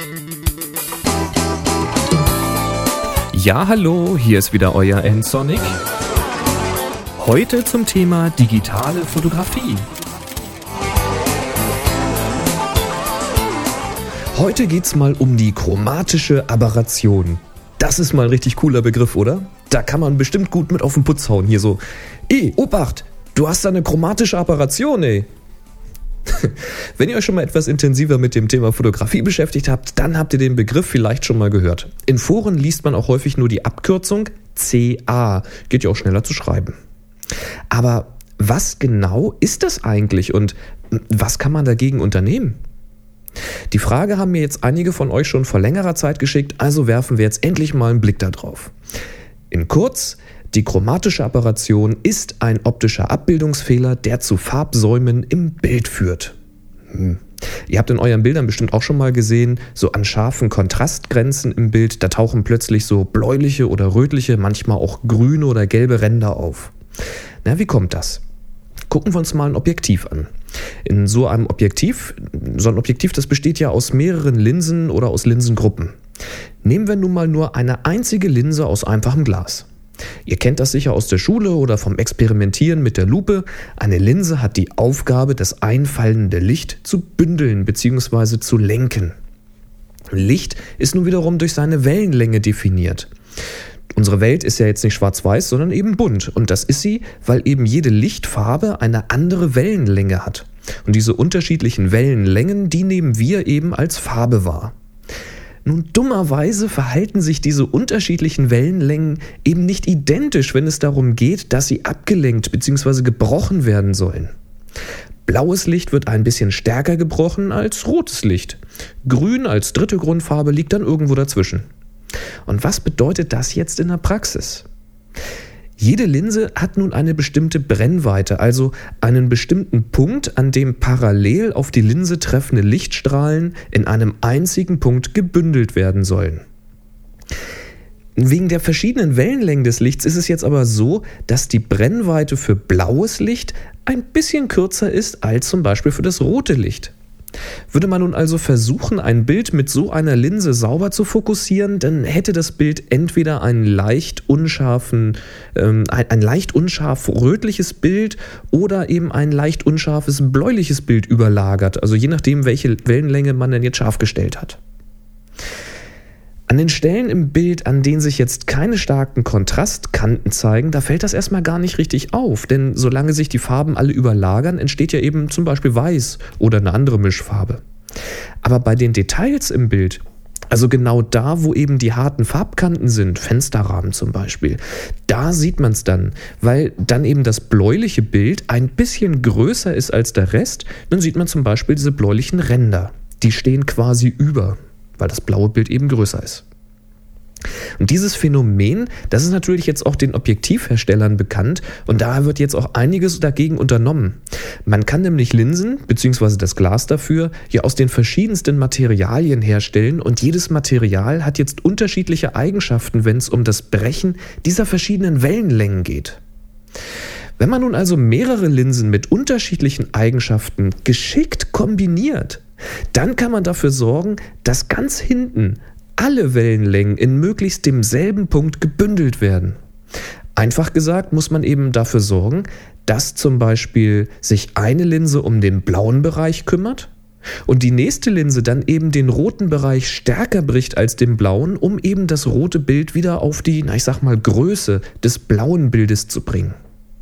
Ja, hallo, hier ist wieder euer N-Sonic. Heute zum Thema digitale Fotografie. Heute geht's mal um die chromatische Aberration. Das ist mal ein richtig cooler Begriff, oder? Da kann man bestimmt gut mit auf den Putz hauen. Hier so, Obacht, du hast da eine chromatische Aberration, ey. Wenn ihr euch schon mal etwas intensiver mit dem Thema Fotografie beschäftigt habt, dann habt ihr den Begriff vielleicht schon mal gehört. In Foren liest man auch häufig nur die Abkürzung CA. Geht ja auch schneller zu schreiben. Aber was genau ist das eigentlich und was kann man dagegen unternehmen? Die Frage haben mir jetzt einige von euch schon vor längerer Zeit geschickt, also werfen wir jetzt endlich mal einen Blick da drauf. In kurz: Die chromatische Aberration ist ein optischer Abbildungsfehler, der zu Farbsäumen im Bild führt. Ihr habt in euren Bildern bestimmt auch schon mal gesehen, so an scharfen Kontrastgrenzen im Bild, da tauchen plötzlich so bläuliche oder rötliche, manchmal auch grüne oder gelbe Ränder auf. Na, wie kommt das? Gucken wir uns mal ein Objektiv an. In so ein Objektiv, das besteht ja aus mehreren Linsen oder aus Linsengruppen. Nehmen wir nun mal nur eine einzige Linse aus einfachem Glas. Ihr kennt das sicher aus der Schule oder vom Experimentieren mit der Lupe. Eine Linse hat die Aufgabe, das einfallende Licht zu bündeln bzw. zu lenken. Licht ist nun wiederum durch seine Wellenlänge definiert. Unsere Welt ist ja jetzt nicht schwarz-weiß, sondern eben bunt. Und das ist sie, weil eben jede Lichtfarbe eine andere Wellenlänge hat. Und diese unterschiedlichen Wellenlängen, die nehmen wir eben als Farbe wahr. Nun, dummerweise verhalten sich diese unterschiedlichen Wellenlängen eben nicht identisch, wenn es darum geht, dass sie abgelenkt bzw. gebrochen werden sollen. Blaues Licht wird ein bisschen stärker gebrochen als rotes Licht. Grün als dritte Grundfarbe liegt dann irgendwo dazwischen. Und was bedeutet das jetzt in der Praxis? Jede Linse hat nun eine bestimmte Brennweite, also einen bestimmten Punkt, an dem parallel auf die Linse treffende Lichtstrahlen in einem einzigen Punkt gebündelt werden sollen. Wegen der verschiedenen Wellenlängen des Lichts ist es jetzt aber so, dass die Brennweite für blaues Licht ein bisschen kürzer ist als zum Beispiel für das rote Licht. Würde man nun also versuchen, ein Bild mit so einer Linse sauber zu fokussieren, dann hätte das Bild entweder ein leicht unscharf rötliches Bild oder eben ein leicht unscharfes bläuliches Bild überlagert, also je nachdem, welche Wellenlänge man denn jetzt scharf gestellt hat. An den Stellen im Bild, an denen sich jetzt keine starken Kontrastkanten zeigen, da fällt das erstmal gar nicht richtig auf, denn solange sich die Farben alle überlagern, entsteht ja eben zum Beispiel Weiß oder eine andere Mischfarbe. Aber bei den Details im Bild, also genau da, wo eben die harten Farbkanten sind, Fensterrahmen zum Beispiel, da sieht man es dann, weil dann eben das bläuliche Bild ein bisschen größer ist als der Rest, dann sieht man zum Beispiel diese bläulichen Ränder, die stehen quasi über, weil das blaue Bild eben größer ist. Und dieses Phänomen, das ist natürlich jetzt auch den Objektivherstellern bekannt und da wird jetzt auch einiges dagegen unternommen. Man kann nämlich Linsen bzw. das Glas dafür ja aus den verschiedensten Materialien herstellen und jedes Material hat jetzt unterschiedliche Eigenschaften, wenn es um das Brechen dieser verschiedenen Wellenlängen geht. Wenn man nun also mehrere Linsen mit unterschiedlichen Eigenschaften geschickt kombiniert, dann kann man dafür sorgen, dass ganz hinten alle Wellenlängen in möglichst demselben Punkt gebündelt werden. Einfach gesagt muss man eben dafür sorgen, dass zum Beispiel sich eine Linse um den blauen Bereich kümmert und die nächste Linse dann eben den roten Bereich stärker bricht als den blauen, um eben das rote Bild wieder auf die, Größe des blauen Bildes zu bringen.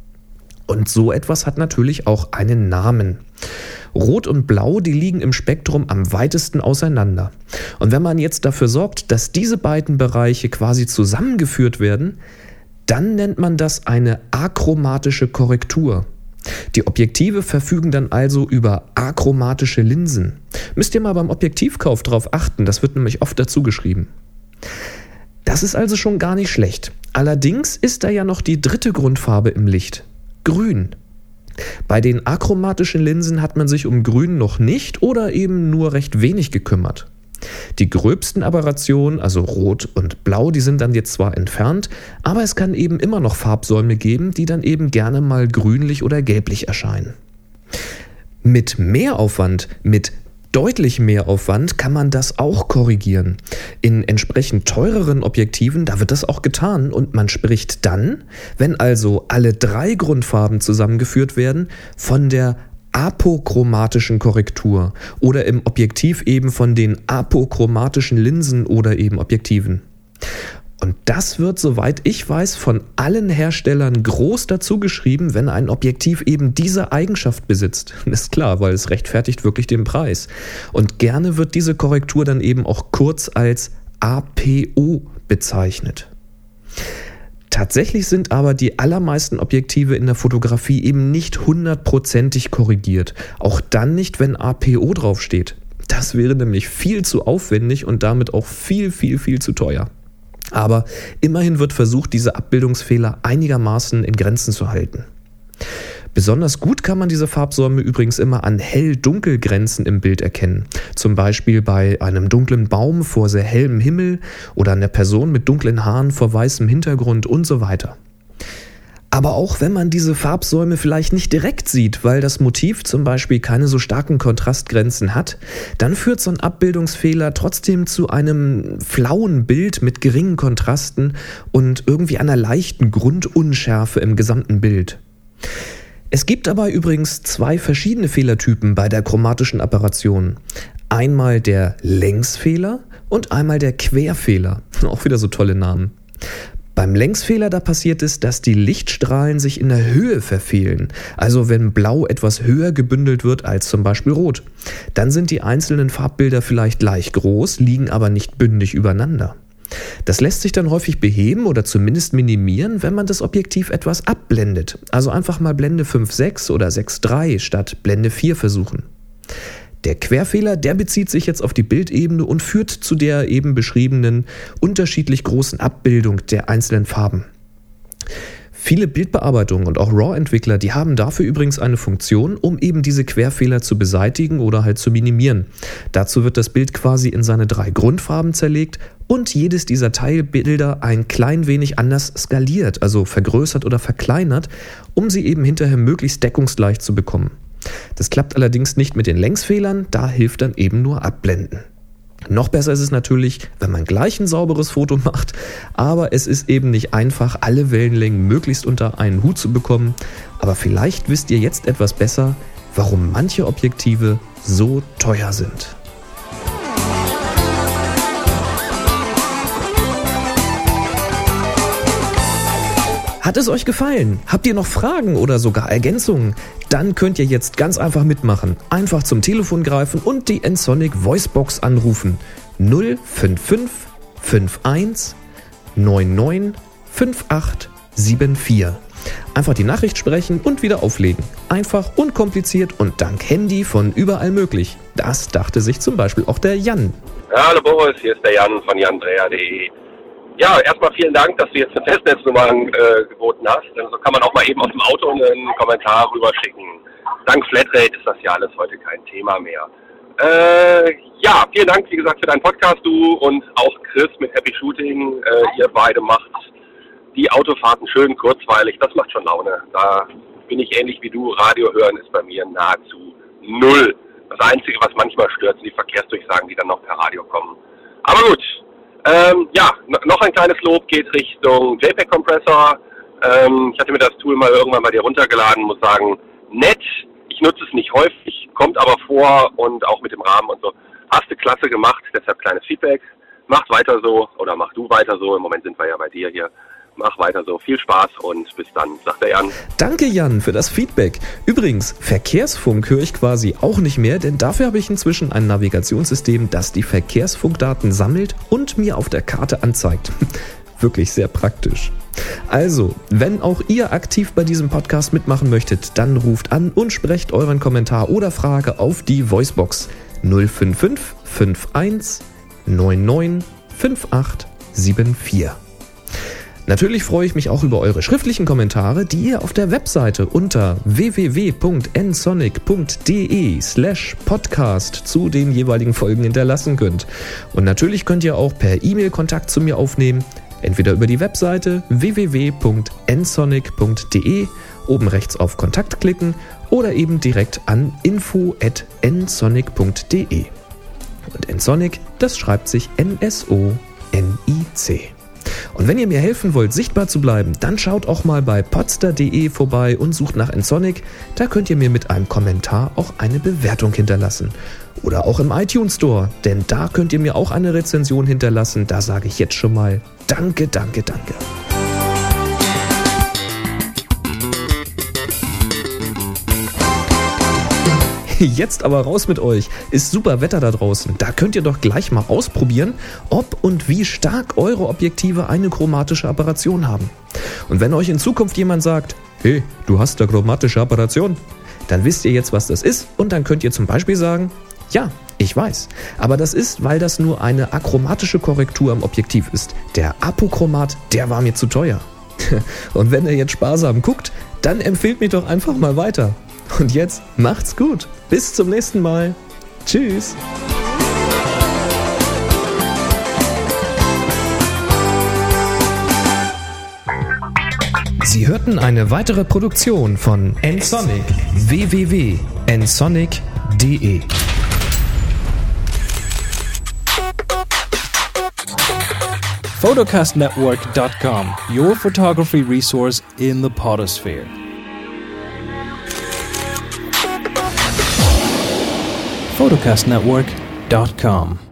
Und so etwas hat natürlich auch einen Namen. Rot und Blau, die liegen im Spektrum am weitesten auseinander. Und wenn man jetzt dafür sorgt, dass diese beiden Bereiche quasi zusammengeführt werden, dann nennt man das eine achromatische Korrektur. Die Objektive verfügen dann also über achromatische Linsen. Müsst ihr mal beim Objektivkauf drauf achten, das wird nämlich oft dazu geschrieben. Das ist also schon gar nicht schlecht. Allerdings ist da ja noch die dritte Grundfarbe im Licht, Grün. Bei den achromatischen Linsen hat man sich um Grün noch nicht oder eben nur recht wenig gekümmert. Die gröbsten Aberrationen, also Rot und Blau, die sind dann jetzt zwar entfernt, aber es kann eben immer noch Farbsäume geben, die dann eben gerne mal grünlich oder gelblich erscheinen. Mit Mehraufwand, mit deutlich mehr Aufwand kann man das auch korrigieren. In entsprechend teureren Objektiven, da wird das auch getan und man spricht dann, wenn also alle 3 Grundfarben zusammengeführt werden, von der apochromatischen Korrektur oder im Objektiv eben von den apochromatischen Linsen oder eben Objektiven. Und das wird, soweit ich weiß, von allen Herstellern groß dazu geschrieben, wenn ein Objektiv eben diese Eigenschaft besitzt. Ist klar, weil es rechtfertigt wirklich den Preis. Und gerne wird diese Korrektur dann eben auch kurz als APO bezeichnet. Tatsächlich sind aber die allermeisten Objektive in der Fotografie eben nicht 100%ig korrigiert. Auch dann nicht, wenn APO draufsteht. Das wäre nämlich viel zu aufwendig und damit auch viel zu teuer. Aber immerhin wird versucht, diese Abbildungsfehler einigermaßen in Grenzen zu halten. Besonders gut kann man diese Farbsäume übrigens immer an Hell-Dunkel-Grenzen im Bild erkennen. Zum Beispiel bei einem dunklen Baum vor sehr hellem Himmel oder einer Person mit dunklen Haaren vor weißem Hintergrund und so weiter. Aber auch wenn man diese Farbsäume vielleicht nicht direkt sieht, weil das Motiv zum Beispiel keine so starken Kontrastgrenzen hat, dann führt so ein Abbildungsfehler trotzdem zu einem flauen Bild mit geringen Kontrasten und irgendwie einer leichten Grundunschärfe im gesamten Bild. Es gibt dabei übrigens 2 verschiedene Fehlertypen bei der chromatischen Aberration. Einmal der Längsfehler und einmal der Querfehler. Auch wieder so tolle Namen. Beim Längsfehler, da passiert es, dass die Lichtstrahlen sich in der Höhe verfehlen. Also wenn Blau etwas höher gebündelt wird als zum Beispiel Rot. Dann sind die einzelnen Farbbilder vielleicht gleich groß, liegen aber nicht bündig übereinander. Das lässt sich dann häufig beheben oder zumindest minimieren, wenn man das Objektiv etwas abblendet. Also einfach mal Blende 5,6 oder 6,3 statt Blende 4 versuchen. Der Querfehler, der bezieht sich jetzt auf die Bildebene und führt zu der eben beschriebenen unterschiedlich großen Abbildung der einzelnen Farben. Viele Bildbearbeitungen und auch RAW-Entwickler, die haben dafür übrigens eine Funktion, um eben diese Querfehler zu beseitigen oder halt zu minimieren. Dazu wird das Bild quasi in seine 3 Grundfarben zerlegt und jedes dieser Teilbilder ein klein wenig anders skaliert, also vergrößert oder verkleinert, um sie eben hinterher möglichst deckungsgleich zu bekommen. Das klappt allerdings nicht mit den Längsfehlern, da hilft dann eben nur Abblenden. Noch besser ist es natürlich, wenn man gleich ein sauberes Foto macht, aber es ist eben nicht einfach, alle Wellenlängen möglichst unter einen Hut zu bekommen. Aber vielleicht wisst ihr jetzt etwas besser, warum manche Objektive so teuer sind. Hat es euch gefallen? Habt ihr noch Fragen oder sogar Ergänzungen? Dann könnt ihr jetzt ganz einfach mitmachen. Einfach zum Telefon greifen und die Ensoniq Voicebox anrufen. 055 51 99 5874. Einfach die Nachricht sprechen und wieder auflegen. Einfach, unkompliziert und dank Handy von überall möglich. Das dachte sich zum Beispiel auch der Jan. Ja, hallo Boris, hier ist der Jan von jandrea.de. Ja, erstmal vielen Dank, dass du jetzt eine Festnetznummer geboten hast. Denn so kann man auch mal eben aus dem Auto einen Kommentar rüberschicken. Dank Flatrate ist das ja alles heute kein Thema mehr. Ja, vielen Dank, wie gesagt, für deinen Podcast, du und auch Chris mit Happy Shooting. Ihr beide macht die Autofahrten schön kurzweilig. Das macht schon Laune. Da bin ich ähnlich wie du. Radio hören ist bei mir nahezu null. Das Einzige, was manchmal stört, sind die Verkehrsdurchsagen, die dann noch per Radio kommen. Aber gut. Ja, noch ein kleines Lob geht Richtung JPEG-Kompressor. Ich hatte mir das Tool mal irgendwann bei dir runtergeladen, muss sagen, nett. Ich nutze es nicht häufig, kommt aber vor und auch mit dem Rahmen und so. Hast du klasse gemacht, deshalb kleines Feedback. Macht weiter so oder mach du weiter so. Im Moment sind wir ja bei dir hier. Mach weiter so. Viel Spaß und bis dann, sagt der Jan. Danke Jan für das Feedback. Übrigens, Verkehrsfunk höre ich quasi auch nicht mehr, denn dafür habe ich inzwischen ein Navigationssystem, das die Verkehrsfunkdaten sammelt und mir auf der Karte anzeigt. Wirklich sehr praktisch. Also, wenn auch ihr aktiv bei diesem Podcast mitmachen möchtet, dann ruft an und sprecht euren Kommentar oder Frage auf die Voicebox 055 51 99 5874. Natürlich freue ich mich auch über eure schriftlichen Kommentare, die ihr auf der Webseite unter www.ensoniq.de/podcast zu den jeweiligen Folgen hinterlassen könnt. Und natürlich könnt ihr auch per E-Mail Kontakt zu mir aufnehmen, entweder über die Webseite www.ensoniq.de, oben rechts auf Kontakt klicken oder eben direkt an info@nsonic.de. Und Nsonic, das schreibt sich N-S-O-N-I-C. Und wenn ihr mir helfen wollt, sichtbar zu bleiben, dann schaut auch mal bei podster.de vorbei und sucht nach Nsonic. Da könnt ihr mir mit einem Kommentar auch eine Bewertung hinterlassen. Oder auch im iTunes Store, denn da könnt ihr mir auch eine Rezension hinterlassen. Da sage ich jetzt schon mal Danke, danke, danke. Jetzt aber raus mit euch. Ist super Wetter da draußen. Da könnt ihr doch gleich mal ausprobieren, ob und wie stark eure Objektive eine chromatische Aberration haben. Und wenn euch in Zukunft jemand sagt, hey, du hast eine chromatische Aberration, dann wisst ihr jetzt, was das ist und dann könnt ihr zum Beispiel sagen, ja, ich weiß, aber das ist, weil das nur eine achromatische Korrektur am Objektiv ist. Der Apochromat, der war mir zu teuer. Und wenn ihr jetzt sparsam guckt, dann empfehlt mich doch einfach mal weiter. Und jetzt macht's gut. Bis zum nächsten Mal. Tschüss. Sie hörten eine weitere Produktion von Nsonic. www.nsonic.de Photocastnetwork.com, your photography resource in the podosphere. Photocastnetwork.com